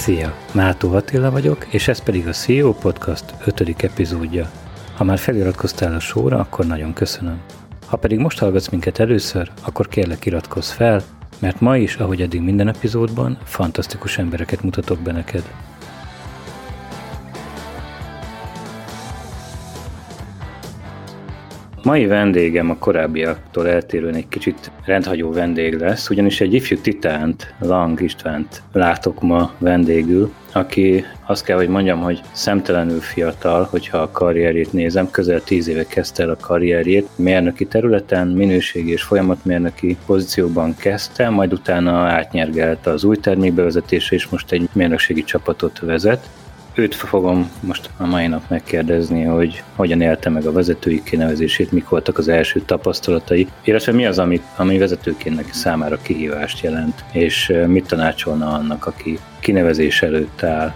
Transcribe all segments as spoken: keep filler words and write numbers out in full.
Szia! Mátó Attila vagyok, és ez pedig a cé e o Podcast ötödik epizódja. Ha már feliratkoztál a showra, akkor nagyon köszönöm. Ha pedig most hallgatsz minket először, akkor kérlek iratkozz fel, mert ma is, ahogy eddig minden epizódban, fantasztikus embereket mutatok be neked. Mai vendégem a korábbiaktól eltérően egy kicsit rendhagyó vendég lesz, ugyanis egy ifjú titánt, Lang Istvánt látok ma vendégül, aki azt kell, hogy mondjam, hogy szemtelenül fiatal, hogyha a karrierjét nézem, közel tíz éve kezdte el a karrierjét, mérnöki területen, minőségi és folyamatmérnöki pozícióban kezdte, majd utána átnyergelte az új termék bevezetése, és most egy mérnökségi csapatot vezet. Őt fogom most a mai nap megkérdezni, hogy hogyan élte meg a vezetői kinevezését, mik voltak az első tapasztalatai, illetve mi az, ami, ami vezetőként neki számára kihívást jelent, és mit tanácsolna annak, aki kinevezés előtt áll.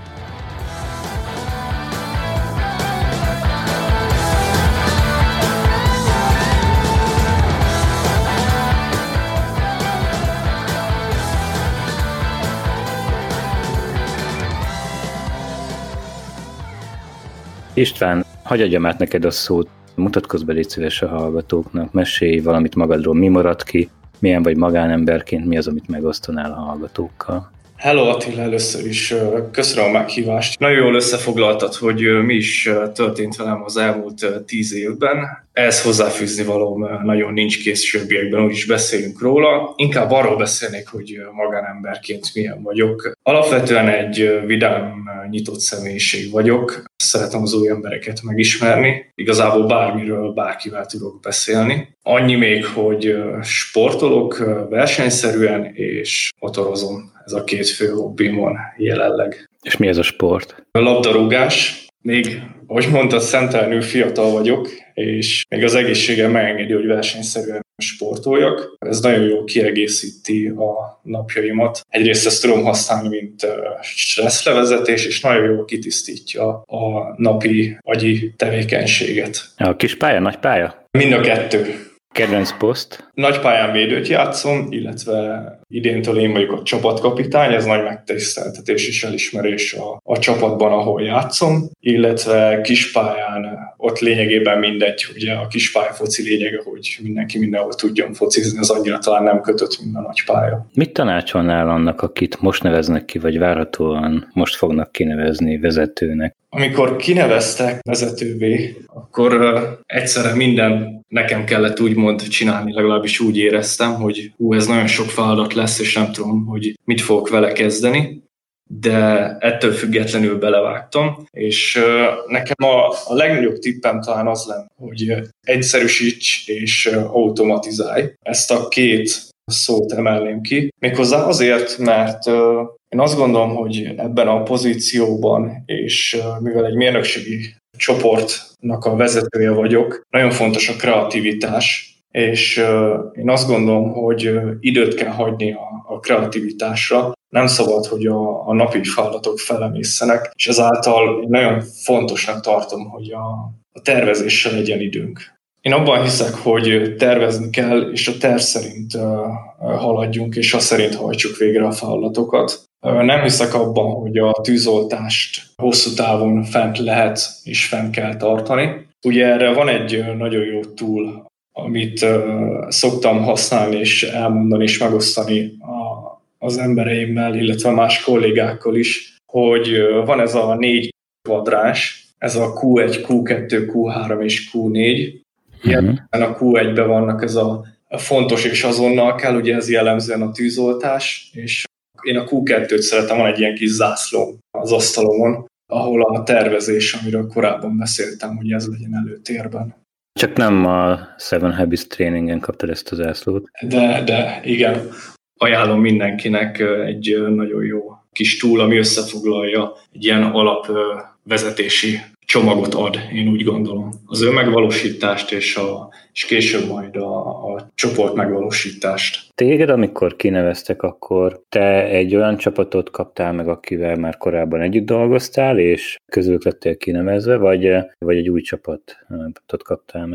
István, hagyj adjam át neked a szót, mutatkozz be, légy szíves a hallgatóknak, mesélj valamit magadról, mi maradt ki, milyen vagy magánemberként, mi az, amit megosztanál a hallgatókkal. Hello Attila, először is köszönöm a meghívást. Nagyon jól összefoglaltad, hogy mi is történt velem az elmúlt tíz évben. Ehhez hozzáfűzni valóm nagyon nincs, későbbiekben úgy is beszélünk róla. Inkább arról beszélnék, hogy magánemberként milyen vagyok. Alapvetően egy vidám, nyitott személyiség vagyok. Szeretem az új embereket megismerni. Igazából bármiről, bárkivel tudok beszélni. Annyi még, hogy sportolok versenyszerűen, és motorozom. Ez a két fő hobbim van jelenleg. És mi ez a sport? A labdarúgás. Még, ahogy mondtad, szemtelenül fiatal vagyok, és még az egészségem megengedi, hogy versenyszerűen sportoljak. Ez nagyon jól kiegészíti a napjaimat. Egyrészt ezt tudom használni, mint stresszlevezetés, és nagyon jól kitisztítja a napi agyi tevékenységet. A kis pálya, nagy pálya? Mind a kettő. Kedvenc poszt? Nagy pályán védőt játszom, illetve idéntől én vagyok a csapatkapitány, ez nagy megtiszteltetés és elismerés a, a csapatban, ahol játszom, illetve kispályán ott lényegében mindegy, ugye a kispálya foci lényege, hogy mindenki mindenhol tudjon focizni, az annyira talán nem kötött, mint a nagy pálya. Mit tanácsolnál annak, akit most neveznek ki, vagy várhatóan most fognak kinevezni vezetőnek? Amikor kineveztek vezetővé, akkor uh, egyszerre minden nekem kellett úgymond csinálni, legalábbis úgy éreztem, hogy hú, ez nagyon sok feladat lesz, és nem tudom, hogy mit fogok vele kezdeni, de ettől függetlenül belevágtam, és uh, nekem a, a legnagyobb tippem talán az lenne, hogy egyszerűsíts és uh, automatizálj. Ezt a két szót emelném ki. Méghozzá azért, mert uh, én azt gondolom, hogy ebben a pozícióban, és uh, mivel egy mérnökségi csoportnak a vezetője vagyok, nagyon fontos a kreativitás, és uh, én azt gondolom, hogy uh, időt kell hagyni a, a kreativitásra, nem szabad, hogy a, a napi feladatok felemészenek, és ezáltal nagyon fontosnak tartom, hogy a, a tervezéssel legyen időnk. Én abban hiszek, hogy tervezni kell, és a terv szerint uh, haladjunk, és azt szerint hajtsuk végre a feladatokat. Uh, nem hiszek abban, hogy a tűzoltást hosszú távon fent lehet és fent kell tartani. Ugye erre van egy nagyon jó tool, amit uh, szoktam használni és elmondani és megosztani a, az embereimmel, illetve más kollégákkal is, hogy uh, van ez a négy kvadráns, ez a kú egy, kú kettő, kú három és kú négy. Ilyen a kú egyben vannak ez a fontos és azonnal kell, ugye ez jellemzően a tűzoltás, és én a kú kettőt szeretem, van egy ilyen kis zászló az asztalomon, ahol a tervezés, amiről korábban beszéltem, hogy ez legyen előtérben. Csak nem a Seven Habits tréningen kaptad ezt a zászlót? De, de igen, ajánlom mindenkinek egy nagyon jó kis tool, ami összefoglalja egy ilyen alapvezetési csomagot ad, én úgy gondolom. Az önmegvalósítást és, a, és később majd a, a csoport megvalósítást. Téged, amikor kineveztek, akkor te egy olyan csapatot kaptál meg, akivel már korábban együtt dolgoztál, és közülük lettél kinevezve, vagy, vagy egy új csapatot kaptál meg?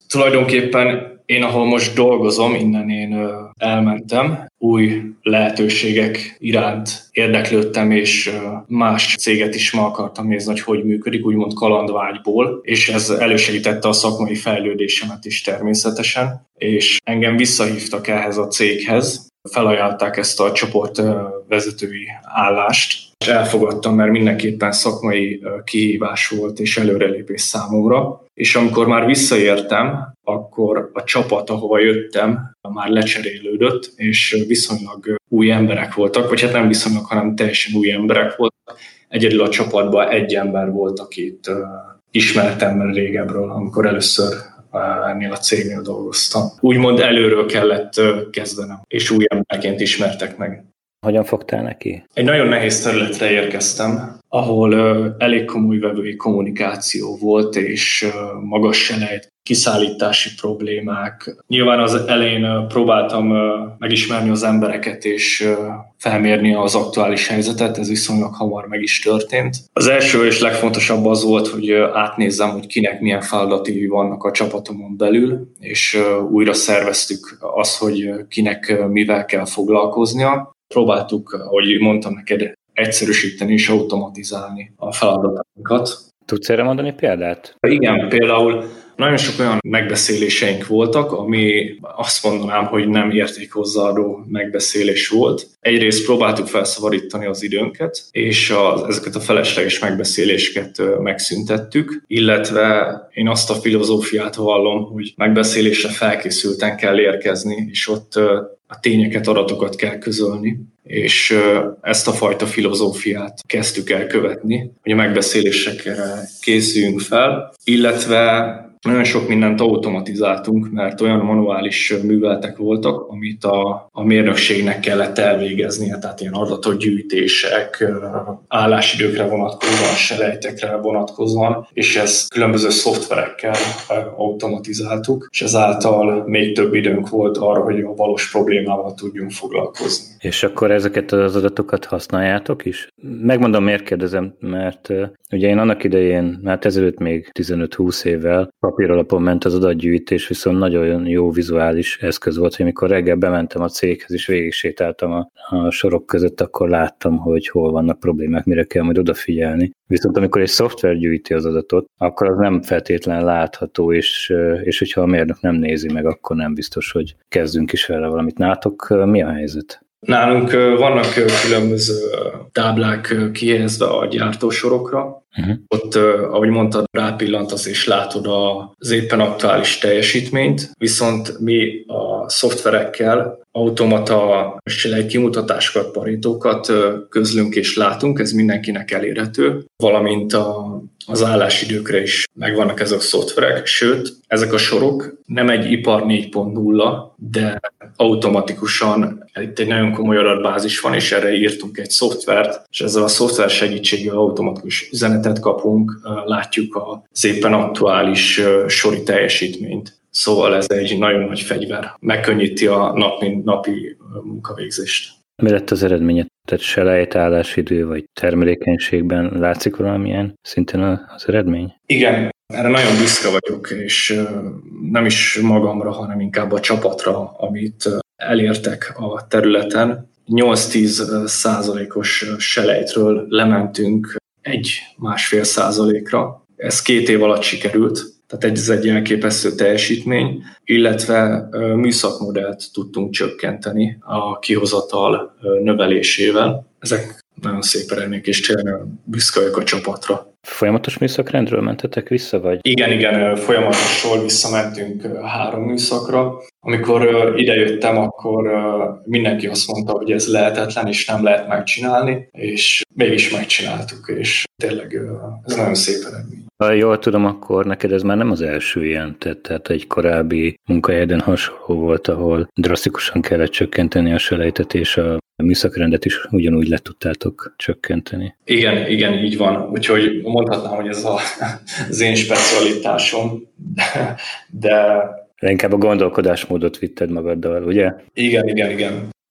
Tulajdonképpen én, ahol most dolgozom, innen én elmentem, új lehetőségek iránt érdeklődtem, és más céget is meg akartam nézni, hogy hogy működik, úgymond kalandvágyból, és ez elősegítette a szakmai fejlődésemet is természetesen, és engem visszahívtak ehhez a céghez, felajánlották ezt a csoport vezetői állást, és elfogadtam, mert mindenképpen szakmai kihívás volt és előrelépés számomra. És amikor már visszaértem, akkor a csapat, ahova jöttem, már lecserélődött, és viszonylag új emberek voltak, vagy hát nem viszonylag, hanem teljesen új emberek voltak. Egyedül a csapatban egy ember volt, akit ismertem régebről, amikor először ennél a cégnél dolgoztam. Úgymond előről kellett kezdenem, és új emberként ismertek meg. Hogyan fogtál neki? Egy nagyon nehéz területre érkeztem, ahol elég komoly vevői kommunikáció volt, és magas selejt, kiszállítási problémák. Nyilván az elején próbáltam megismerni az embereket, és felmérni az aktuális helyzetet, ez viszonylag hamar meg is történt. Az első és legfontosabb az volt, hogy átnézzem, hogy kinek milyen feladatai vannak a csapatomon belül, és újra szerveztük azt, hogy kinek mivel kell foglalkoznia. Próbáltuk, ahogy mondtam neked, egyszerűsíteni és automatizálni a feladatokat. Tudsz erre mondani példát? Igen, például nagyon sok olyan megbeszéléseink voltak, ami azt mondanám, hogy nem értékhozzáadó megbeszélés volt. Egyrészt próbáltuk felszabadítani az időnket, és az, ezeket a felesleges megbeszéléseket megszüntettük, illetve én azt a filozófiát vallom, hogy megbeszélésre felkészülten kell érkezni, és ott a tényeket, adatokat kell közölni, és ezt a fajta filozófiát kezdtük el követni, hogy a megbeszélésekre készüljünk fel, illetve nagyon sok mindent automatizáltunk, mert olyan manuális műveletek voltak, amit a, a mérnökségnek kellett elvégeznie, tehát ilyen adatgyűjtések, állásidőkre vonatkozóan, selejtekre vonatkozóan, és ezt különböző szoftverekkel automatizáltuk, és ezáltal még több időnk volt arra, hogy a valós problémával tudjunk foglalkozni. És akkor ezeket az adatokat használjátok is? Megmondom, miért kérdezem, mert ugye én annak idején, hát ezelőtt még tizenöt-húsz évvel papíralapon ment az adatgyűjtés, viszont nagyon jó vizuális eszköz volt, hogy amikor reggel bementem a céghez és végig sétáltam a, a sorok között, akkor láttam, hogy hol vannak problémák, mire kell majd odafigyelni. Viszont amikor egy szoftver gyűjti az adatot, akkor az nem feltétlenül látható, és, és hogyha a mérnök nem nézi meg, akkor nem biztos, hogy kezdünk is vele valamit. Nálatok mi a helyzet? Nálunk vannak különböző táblák kihelyezve a gyártósorokra. Uh-huh. Ott, ahogy mondtad, rápillantasz és látod az éppen aktuális teljesítményt, viszont mi a szoftverekkel automata selejt kimutatásokat, parítókat közlünk és látunk, ez mindenkinek elérhető, valamint a, az állásidőkre is megvannak ezek a szoftverek, sőt, ezek a sorok nem egy ipar négy pont nulla, de automatikusan itt egy nagyon komoly adatbázis van, és erre írtunk egy szoftvert, és ezzel a szoftver segítségével automatikus üzenetet kapunk, látjuk az éppen aktuális sori teljesítményt. Szóval ez egy nagyon nagy fegyver. Megkönnyíti a napi, napi munkavégzést. Mi lett az eredménye? Tehát selejt, állásidő vagy termelékenységben látszik valamilyen szinten az eredmény? Igen, erre nagyon büszke vagyok, és nem is magamra, hanem inkább a csapatra, amit elértek a területen. nyolc-tíz százalékos selejtről lementünk egy-másfél százalékra. Ez két év alatt sikerült. Tehát ez egy elképesztő teljesítmény, illetve műszakmodellt tudtunk csökkenteni a kihozatal növelésével. Ezek nagyon szép eredmények, és tényleg büszke vagyok a csapatra. Folyamatos műszakrendről mentetek vissza, vagy? Igen, igen, folyamatosan visszamentünk három műszakra. Amikor idejöttem, akkor mindenki azt mondta, hogy ez lehetetlen, és nem lehet megcsinálni, és mégis megcsináltuk, és tényleg ez nagyon szép eredmény. Ha jól tudom, akkor neked ez már nem az első ilyen, tehát egy korábbi munkahelyeden hasonló volt, ahol drasztikusan kellett csökkenteni a selejtet, és a műszakrendet is ugyanúgy le tudtátok csökkenteni. Igen, igen, így van. Úgyhogy mondhatnám, hogy ez a, az én specialitásom, de... de inkább a gondolkodásmódot vitted magaddal, ugye? Igen, igen, igen.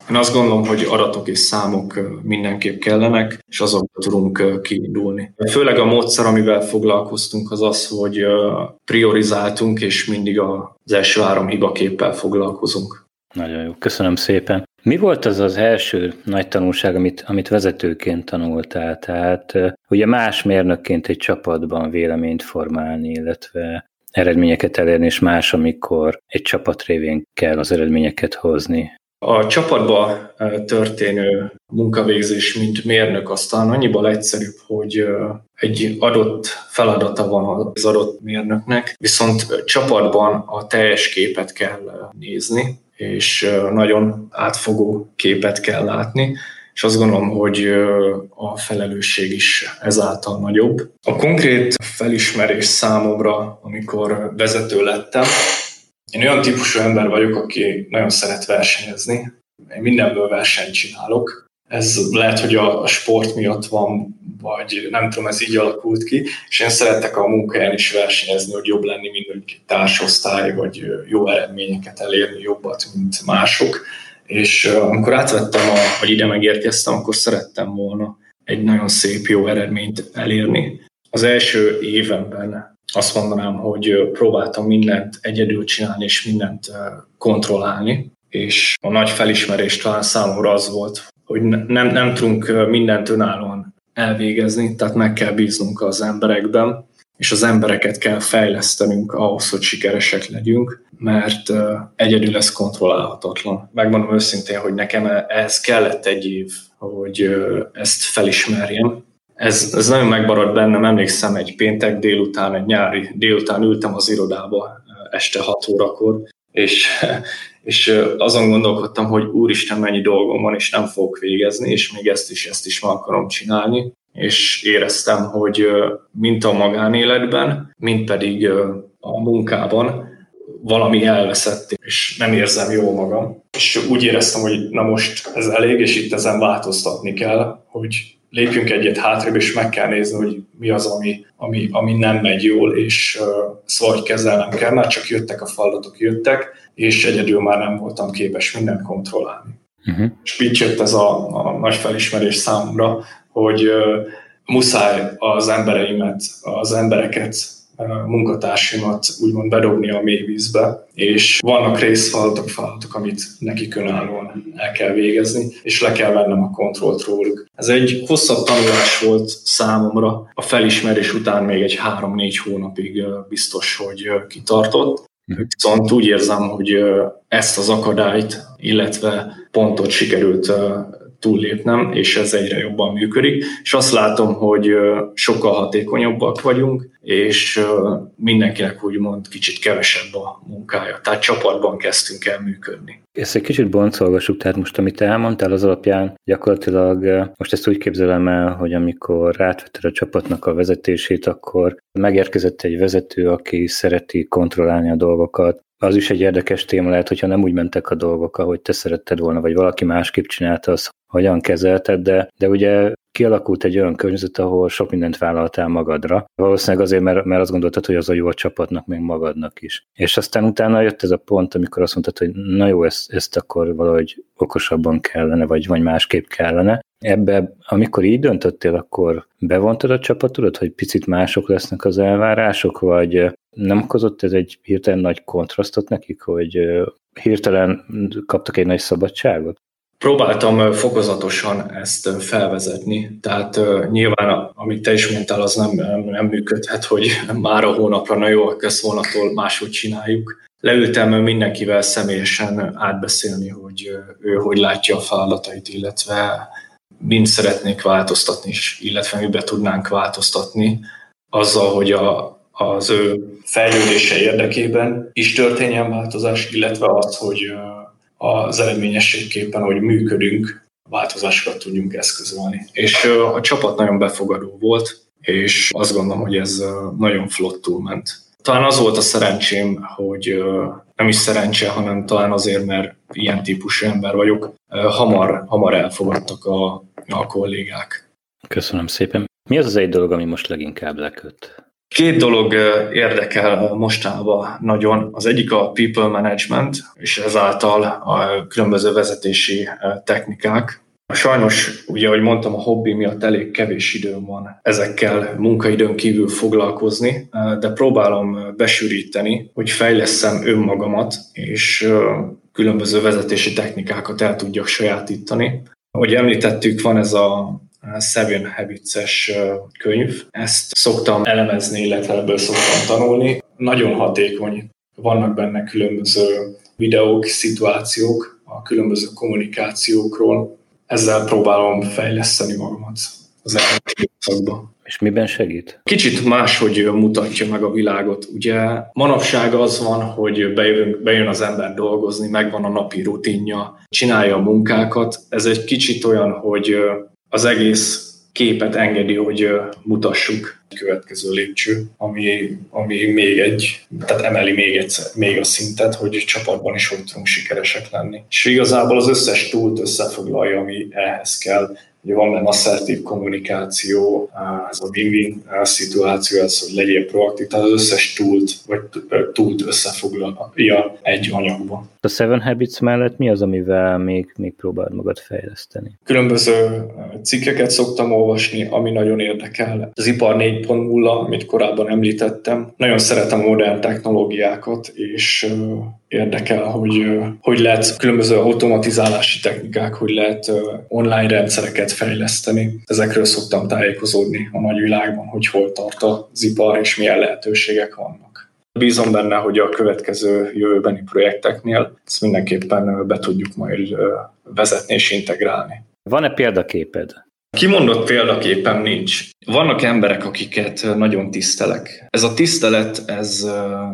Én azt gondolom, hogy adatok és számok mindenképp kellenek, és azokból tudunk kiindulni. Főleg a módszer, amivel foglalkoztunk, az az, hogy priorizáltunk, és mindig az első három hibaképpel foglalkozunk. Nagyon jó, köszönöm szépen. Mi volt az az első nagy tanulság, amit, amit vezetőként tanultál? Tehát ugye más mérnökként egy csapatban véleményt formálni, illetve eredményeket elérni, és más, amikor egy csapat révén kell az eredményeket hozni. A csapatban történő munkavégzés, mint mérnök, aztán annyiban egyszerűbb, hogy egy adott feladata van az adott mérnöknek, viszont csapatban a teljes képet kell nézni, és nagyon átfogó képet kell látni, és azt gondolom, hogy a felelősség is ezáltal nagyobb. A konkrét felismerés számomra, amikor vezető lettem, én olyan típusú ember vagyok, aki nagyon szeret versenyezni. Én mindenből versenyt csinálok. Ez lehet, hogy a sport miatt van, vagy nem tudom, ez így alakult ki, és én szeretek a munkahelyen is versenyezni, hogy jobb lenni, mint egy társosztály, vagy jó eredményeket elérni, jobbat, mint mások. És amikor átvettem, a, vagy ide megérkeztem, akkor szerettem volna egy nagyon szép, jó eredményt elérni. Az első évemben azt mondanám, hogy próbáltam mindent egyedül csinálni, és mindent kontrollálni, és a nagy felismerés talán számomra az volt, hogy nem, nem tudunk mindent önállóan elvégezni, tehát meg kell bíznunk az emberekben, és az embereket kell fejlesztenünk ahhoz, hogy sikeresek legyünk, mert egyedül ez kontrollálhatatlan. Megmondom őszintén, hogy nekem ehhez kellett egy év, hogy ezt felismerjem. Ez, ez nagyon megmaradt bennem, emlékszem, egy péntek délután, egy nyári délután ültem az irodába este hat órakor, és, és azon gondolkodtam, hogy úristen, mennyi dolgom van, és nem fogok végezni, és még ezt is, ezt is meg akarom csinálni. És éreztem, hogy mint a magánéletben, mint pedig a munkában valami elveszett, és nem érzem jól magam. És úgy éreztem, hogy na most ez elég, és itt ezen változtatni kell, hogy lépjünk egyet hátrébb, és meg kell nézni, hogy mi az, ami, ami, ami nem megy jól, és uh, szóval kezelnem kell, mert csak jöttek a feladatok, jöttek, és egyedül már nem voltam képes mindent kontrollálni. Uh-huh. És így jött ez a, a nagy felismerés számomra, hogy uh, muszáj az embereimet, az embereket, uh, munkatársimat úgymond bedobni a mély vízbe, és vannak részfeladatok, feladatok, amit nekik önállóan el kell végezni, és le kell vennem a kontrollt róluk. Ez egy hosszabb tanulás volt számomra, a felismerés után még egy három-négy hónapig uh, biztos, hogy uh, kitartott. Viszont úgy érzem, hogy uh, ezt az akadályt, illetve pontot sikerült uh, túllépnem, és ez egyre jobban működik, és azt látom, hogy sokkal hatékonyabbak vagyunk, és mindenkinek úgymond kicsit kevesebb a munkája. Tehát csapatban kezdtünk el működni. Ezt egy kicsit boncolgassuk, tehát most amit elmondtál, az alapján gyakorlatilag most ezt úgy képzelem el, hogy amikor átvetted a csapatnak a vezetését, akkor megérkezett egy vezető, aki szereti kontrollálni a dolgokat. Az is egy érdekes téma lehet, hogyha nem úgy mentek a dolgok, ahogy te szeretted volna, vagy valaki másképp csinálta, azt hogyan kezelted, de, de ugye kialakult egy olyan környezet, ahol sok mindent vállaltál magadra. Valószínűleg azért, mert, mert azt gondoltad, hogy az a jó a csapatnak, meg magadnak is. És aztán utána jött ez a pont, amikor azt mondtad, hogy na jó, ezt, ezt akkor valahogy okosabban kellene, vagy, vagy másképp kellene. Ebbe, amikor így döntöttél, akkor bevontad a csapatodat, hogy picit mások lesznek az elvárások, vagy nem okozott ez egy hirtelen nagy kontrasztot nekik, hogy hirtelen kaptak egy nagy szabadságot? Próbáltam fokozatosan ezt felvezetni, tehát uh, nyilván, amit te is mondtál, az nem, nem, nem működhet, hogy már a hónapra, na jó, ezt hónaptól máshogy csináljuk. Leültem mindenkivel személyesen átbeszélni, hogy ő hogy látja a feladatait, illetve mind szeretnék változtatni, illetve mibe tudnánk változtatni azzal, hogy a, az ő fejlődése érdekében is történjen változás, illetve az, hogy az eredményességképpen, hogy működünk, változásokat tudjunk eszközölni. És a csapat nagyon befogadó volt, és azt gondolom, hogy ez nagyon flottul ment. Talán az volt a szerencsém, hogy nem is szerencse, hanem talán azért, mert ilyen típusú ember vagyok, hamar, hamar elfogadtak a, a kollégák. Köszönöm szépen. Mi az az egy dolog, ami most leginkább leköt? Két dolog érdekel mostában nagyon. Az egyik a people management, és ezáltal a különböző vezetési technikák. Sajnos, ugye, ahogy mondtam, a hobbi miatt elég kevés időm van ezekkel munkaidőn kívül foglalkozni, de próbálom besűríteni, hogy fejlesszem önmagamat, és különböző vezetési technikákat el tudjak sajátítani. Ahogy említettük, van ez a Seven Habits-es könyv. Ezt szoktam elemezni, illetve ebből szoktam tanulni. Nagyon hatékony. Vannak benne különböző videók, szituációk a különböző kommunikációkról. Ezzel próbálom fejleszteni magamat az elmúlt időszakban. És miben segít? Kicsit máshogy mutatja meg a világot. Ugye manapság az van, hogy bejön, bejön az ember dolgozni, megvan a napi rutinja, csinálja a munkákat. Ez egy kicsit olyan, hogy az egész képet engedi, hogy mutassuk egy következő lépcső, ami, ami még egy, tehát emeli még, egyszer, még a szintet, hogy csapatban is hogy tudunk sikeresek lenni. És igazából az összes túlt összefoglalja, ami ehhez kell. Ugye van benne asszertív kommunikáció, ez a win-win szituáció, ez, hogy legyél proaktív, tehát az összes túlt, vagy túlt összefoglalja egy anyagba. A Seven Habits mellett mi az, amivel még, még próbáld magad fejleszteni? Különböző cikkeket szoktam olvasni, ami nagyon érdekel. Az ipar négy pont nulla, amit korábban említettem. Nagyon szeretem a modern technológiákat, és érdekel, hogy hogy lehet különböző automatizálási technikák, hogy lehet online rendszereket fejleszteni. Ezekről szoktam tájékozódni a nagyvilágban, hogy hol tart az ipar és milyen lehetőségek vannak. Bízom benne, hogy a következő jövőbeni projekteknél ezt mindenképpen be tudjuk majd vezetni és integrálni. Van-e példaképed? Kimondott példaképem nincs. Vannak emberek, akiket nagyon tisztelek. Ez a tisztelet, ez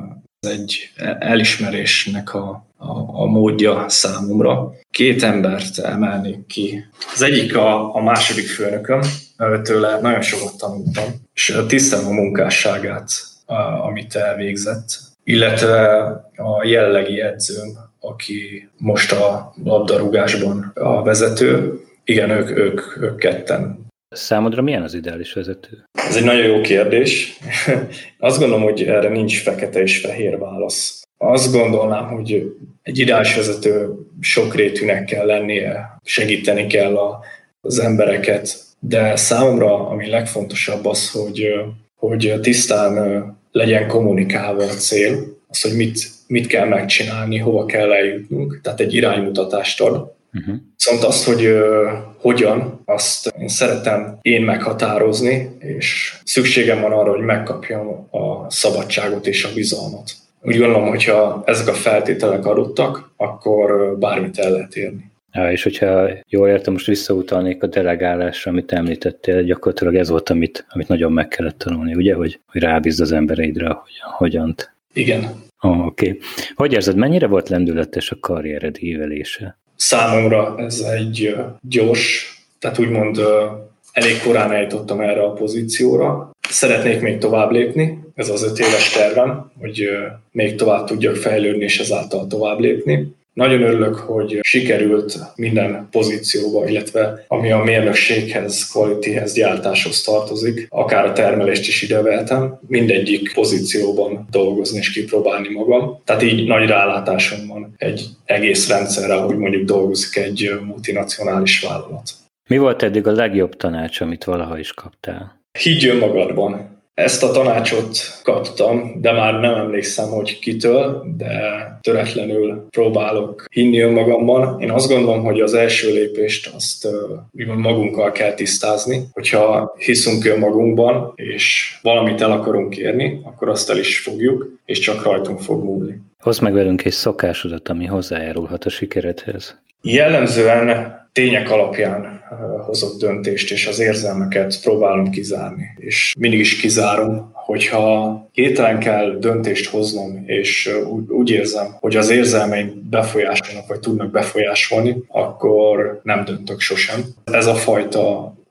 egy elismerésnek a, a, a módja számomra. Két embert emelnék ki. Az egyik a, a második főnököm, tőle nagyon sokat tanultam, és tisztelem a munkásságát, a, amit elvégzett, illetve a jellegi edzőm, aki most a labdarúgásban a vezető. Igen, ők, ők, ők ketten. Számodra milyen az ideális vezető? Ez egy nagyon jó kérdés. Azt gondolom, hogy erre nincs fekete és fehér válasz. Azt gondolnám, hogy egy ideális vezető sokrétűnek kell lennie, segíteni kell a, az embereket, de számomra ami legfontosabb az, hogy, hogy tisztán legyen kommunikálva a cél, az, hogy mit, mit kell megcsinálni, hova kell eljutnunk, tehát egy iránymutatást ad. Uh-huh. Viszont azt, hogy uh, hogyan, azt én szeretem én meghatározni, és szükségem van arra, hogy megkapjam a szabadságot és a bizalmat. Úgy gondolom, hogyha ezek a feltételek adottak, akkor bármit el lehet érni. Ja, és hogyha jól értem, most visszautalnék a delegálásra, amit említettél, gyakorlatilag ez volt, amit, amit nagyon meg kellett tanulni, ugye, hogy, hogy rábízd az embereidre, hogy hogyan. Igen. Oh, oké. Okay. Hogy érzed, mennyire volt lendületes a karriered ívelése? Számomra ez egy gyors, tehát úgymond elég korán eljutottam erre a pozícióra. Szeretnék még tovább lépni, ez az öt éves tervem, hogy még tovább tudjak fejlődni és ezáltal tovább lépni. Nagyon örülök, hogy sikerült minden pozícióba, illetve ami a mérnökséghez, qualityhez, gyártáshoz tartozik, akár a termelést is ideveltem, mindegyik pozícióban dolgozni és kipróbálni magam. Tehát így nagy rálátásom van egy egész rendszerre, ahogy mondjuk dolgozik egy multinacionális vállalat. Mi volt eddig a legjobb tanács, amit valaha is kaptál? Higgy önmagadban. Ezt a tanácsot kaptam, de már nem emlékszem, hogy kitől, de töretlenül próbálok hinni önmagamban. Én azt gondolom, hogy az első lépést azt uh, magunkkal kell tisztázni. Hogyha hiszünk önmagunkban, és valamit el akarunk érni, akkor azt el is fogjuk, és csak rajtunk fog múlni. Hozz meg velünk egy szokásodat, ami hozzájárulhat a sikeredhez. Jellemzően tények alapján hozott döntést, és az érzelmeket próbálom kizárni. És mindig is kizárom, hogyha hirtelen kell döntést hoznom, és úgy, úgy érzem, hogy az érzelmeim befolyásolnak, vagy tudnak befolyásolni, akkor nem döntök sosem. Ez a fajta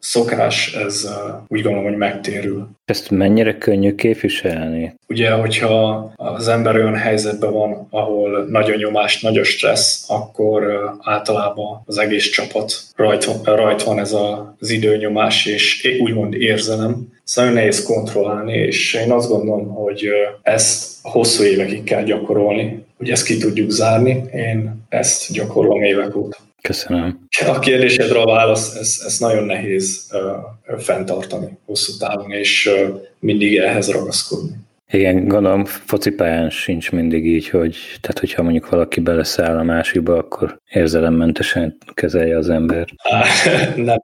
szokás, ez úgy gondolom, hogy megtérül. Ezt mennyire könnyű képviselni? Ugye, hogyha az ember olyan helyzetben van, ahol nagy a nyomás, nagy a stressz, akkor általában az egész csapat rajt van, rajt van ez az időnyomás, és úgymond érzelem. Ez nagyon nehéz kontrollálni, és én azt gondolom, hogy ezt hosszú évekig kell gyakorolni, hogy ezt ki tudjuk zárni. Én ezt gyakorolom évek óta. Köszönöm. A kérdésedre a válasz, ez, ez nagyon nehéz uh, fenntartani hosszú távon, és uh, mindig ehhez ragaszkodni. Igen, gondolom focipályán sincs mindig így, hogy tehát hogyha mondjuk valaki beleszáll a másikba, akkor érzelemmentesen kezelje az ember. Á, nem.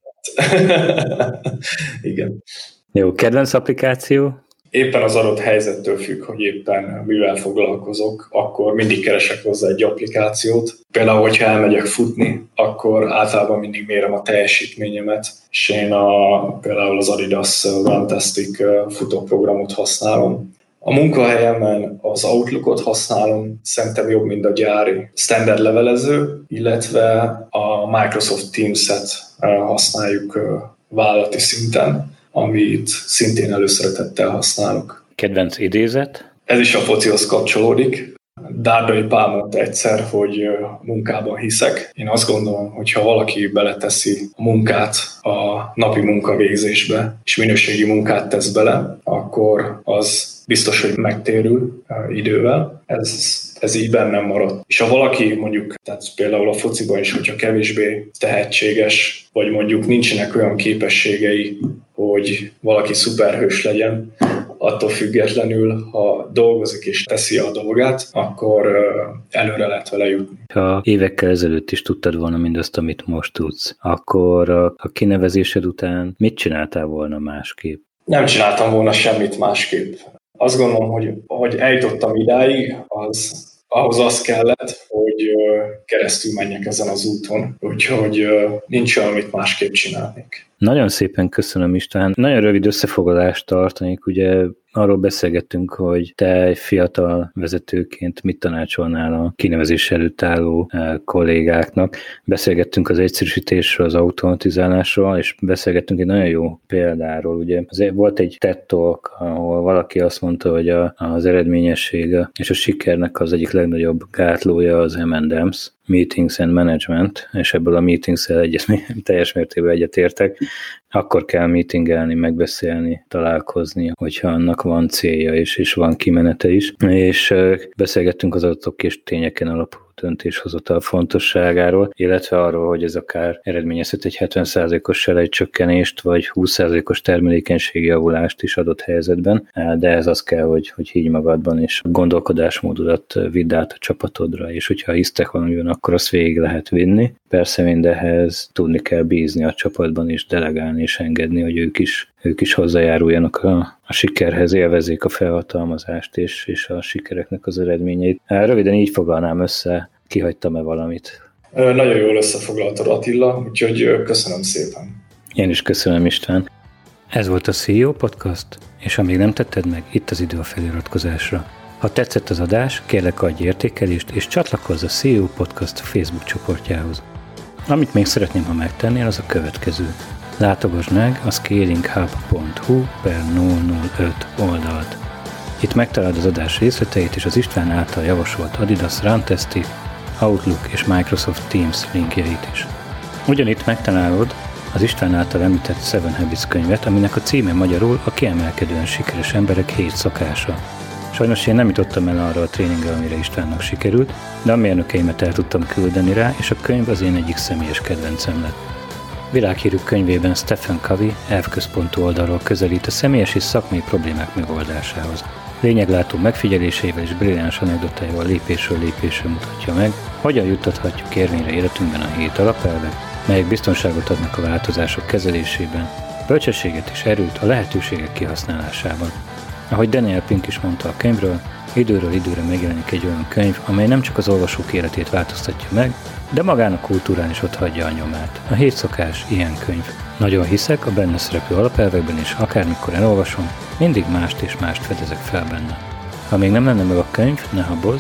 Igen. Jó, kedvenc applikáció? Éppen az adott helyzettől függ, hogy éppen mivel foglalkozok, akkor mindig keresek hozzá egy applikációt. Például, hogyha elmegyek futni, akkor általában mindig mérem a teljesítményemet, és én a, például az Adidas Runtastic futóprogramot használom. A munkahelyemen az Outlookot használom, szerintem jobb, mint a gyári standard levelező, illetve a Microsoft Teams-et használjuk vállalati szinten, amit szintén előszeretettel használok. Kedvenc idézet? Ez is a focihoz kapcsolódik. Dárdai Pál mondta egyszer, hogy munkában hiszek. Én azt gondolom, hogy ha valaki beleteszi a munkát a napi munkavégzésbe, és minőségi munkát tesz bele, akkor az biztos, hogy megtérül idővel. Ez, ez így bennem maradt. És ha valaki mondjuk, tehát például a fociban is, hogyha kevésbé tehetséges, vagy mondjuk nincsenek olyan képességei, hogy valaki szuperhős legyen, attól függetlenül, ha dolgozik és teszi a dolgát, akkor előre lehet vele jutni. Ha évekkel ezelőtt is tudtad volna mindazt, amit most tudsz, akkor a kinevezésed után mit csináltál volna másképp? Nem csináltam volna semmit másképp. Azt gondolom, hogy, hogy eljutottam idáig, az, ahhoz az kellett, hogy keresztül menjek ezen az úton. Úgyhogy nincs olyan, amit másképp csinálnék. Nagyon szépen köszönöm, István. Nagyon rövid összefoglalást tartanék, ugye arról beszélgettünk, hogy te egy fiatal vezetőként mit tanácsolnál a kinevezés előtt álló kollégáknak. Beszélgettünk az egyszerűsítésről, az automatizálásról, és beszélgettünk egy nagyon jó példáról. Ugye volt egy TED Talk, ahol valaki azt mondta, hogy a, az eredményessége és a sikernek az egyik legnagyobb gátlója az em and em's, Meetings and Management, és ebből a meetings-el egyet, teljes mértékben egyetértek. Akkor kell meetingelni, megbeszélni, találkozni, hogyha annak van célja is, és van kimenete is. És beszélgettünk az adatok és tényeken alapuló döntéshozatal fontosságáról, illetve arról, hogy ez akár eredményezhet egy hetven százalékos selejtcsökkenést, vagy húsz százalékos termelékenységi javulást is adott helyzetben, de ez az kell, hogy, hogy higgy magadban, és gondolkodásmódodat vidd át a csapatodra, és hogyha hisztek valamiben, akkor azt végig lehet vinni. Persze mindehhez tudni kell bízni a csapatban, és delegálni, és engedni, hogy ők is, ők is hozzájáruljanak a, a sikerhez, élvezzék a felhatalmazást, és, és a sikereknek az eredményeit. Röviden így foglalnám össze, kihagytam-e valamit? Nagyon jól összefoglaltad, Attila, úgyhogy köszönöm szépen. Én is köszönöm, István. Ez volt a cé e o Podcast, és amíg nem tetted meg, itt az idő a feliratkozásra. Ha tetszett az adás, kérlek adj értékelést, és csatlakozz a cé e o Podcast Facebook csoportjához. Amit még szeretném, ha megtennél, az a következő. Látogass meg a scalinghub pont hu per nulla nulla öt oldalt. Itt megtalálod az adás részleteit és az István által javasolt Adidas Runtastic, Outlook és Microsoft Teams linkjeit is. Ugyanitt megtalálod az István által említett Seven Habits könyvet, aminek a címe magyarul a kiemelkedően sikeres emberek hét szokása. Sajnos én nem jutottam el arra a tréningre, amire Istvánnak sikerült, de a mérnökeimet el tudtam küldeni rá, és a könyv az én egyik személyes kedvencem lett. Világhírű könyvében Stephen Covey elvközpontú oldalról közelít a személyes és szakmai problémák megoldásához. Lényeglátó megfigyeléseivel és brilliáns anekdotáival lépésről lépésre mutatja meg, hogyan juttathatjuk érvényre életünkben a hét alapelvet, melyek biztonságot adnak a változások kezelésében, bölcsességet és erőt a lehetőségek kihasználásában. Ahogy Daniel Pink is mondta a könyvről, időről időre megjelenik egy olyan könyv, amely nem csak az olvasók életét változtatja meg, de magán a kultúrán is ott hagyja a nyomát. A hét szokás ilyen könyv. Nagyon hiszek a benne szereplő alapelvekben, és akármikor elolvasom, mindig mást és mást fedezek fel benne. Ha még nem lenne meg a könyv, ne habozz,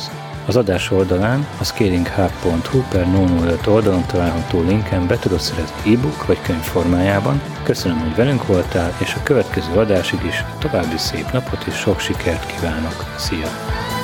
Az adás oldalán, a scalinghub pont hu per nulla nulla öt oldalon található linken be tudod szerezni e-book vagy könyv formájában. Köszönöm, hogy velünk voltál, és a következő adásig is további szép napot és sok sikert kívánok. Szia!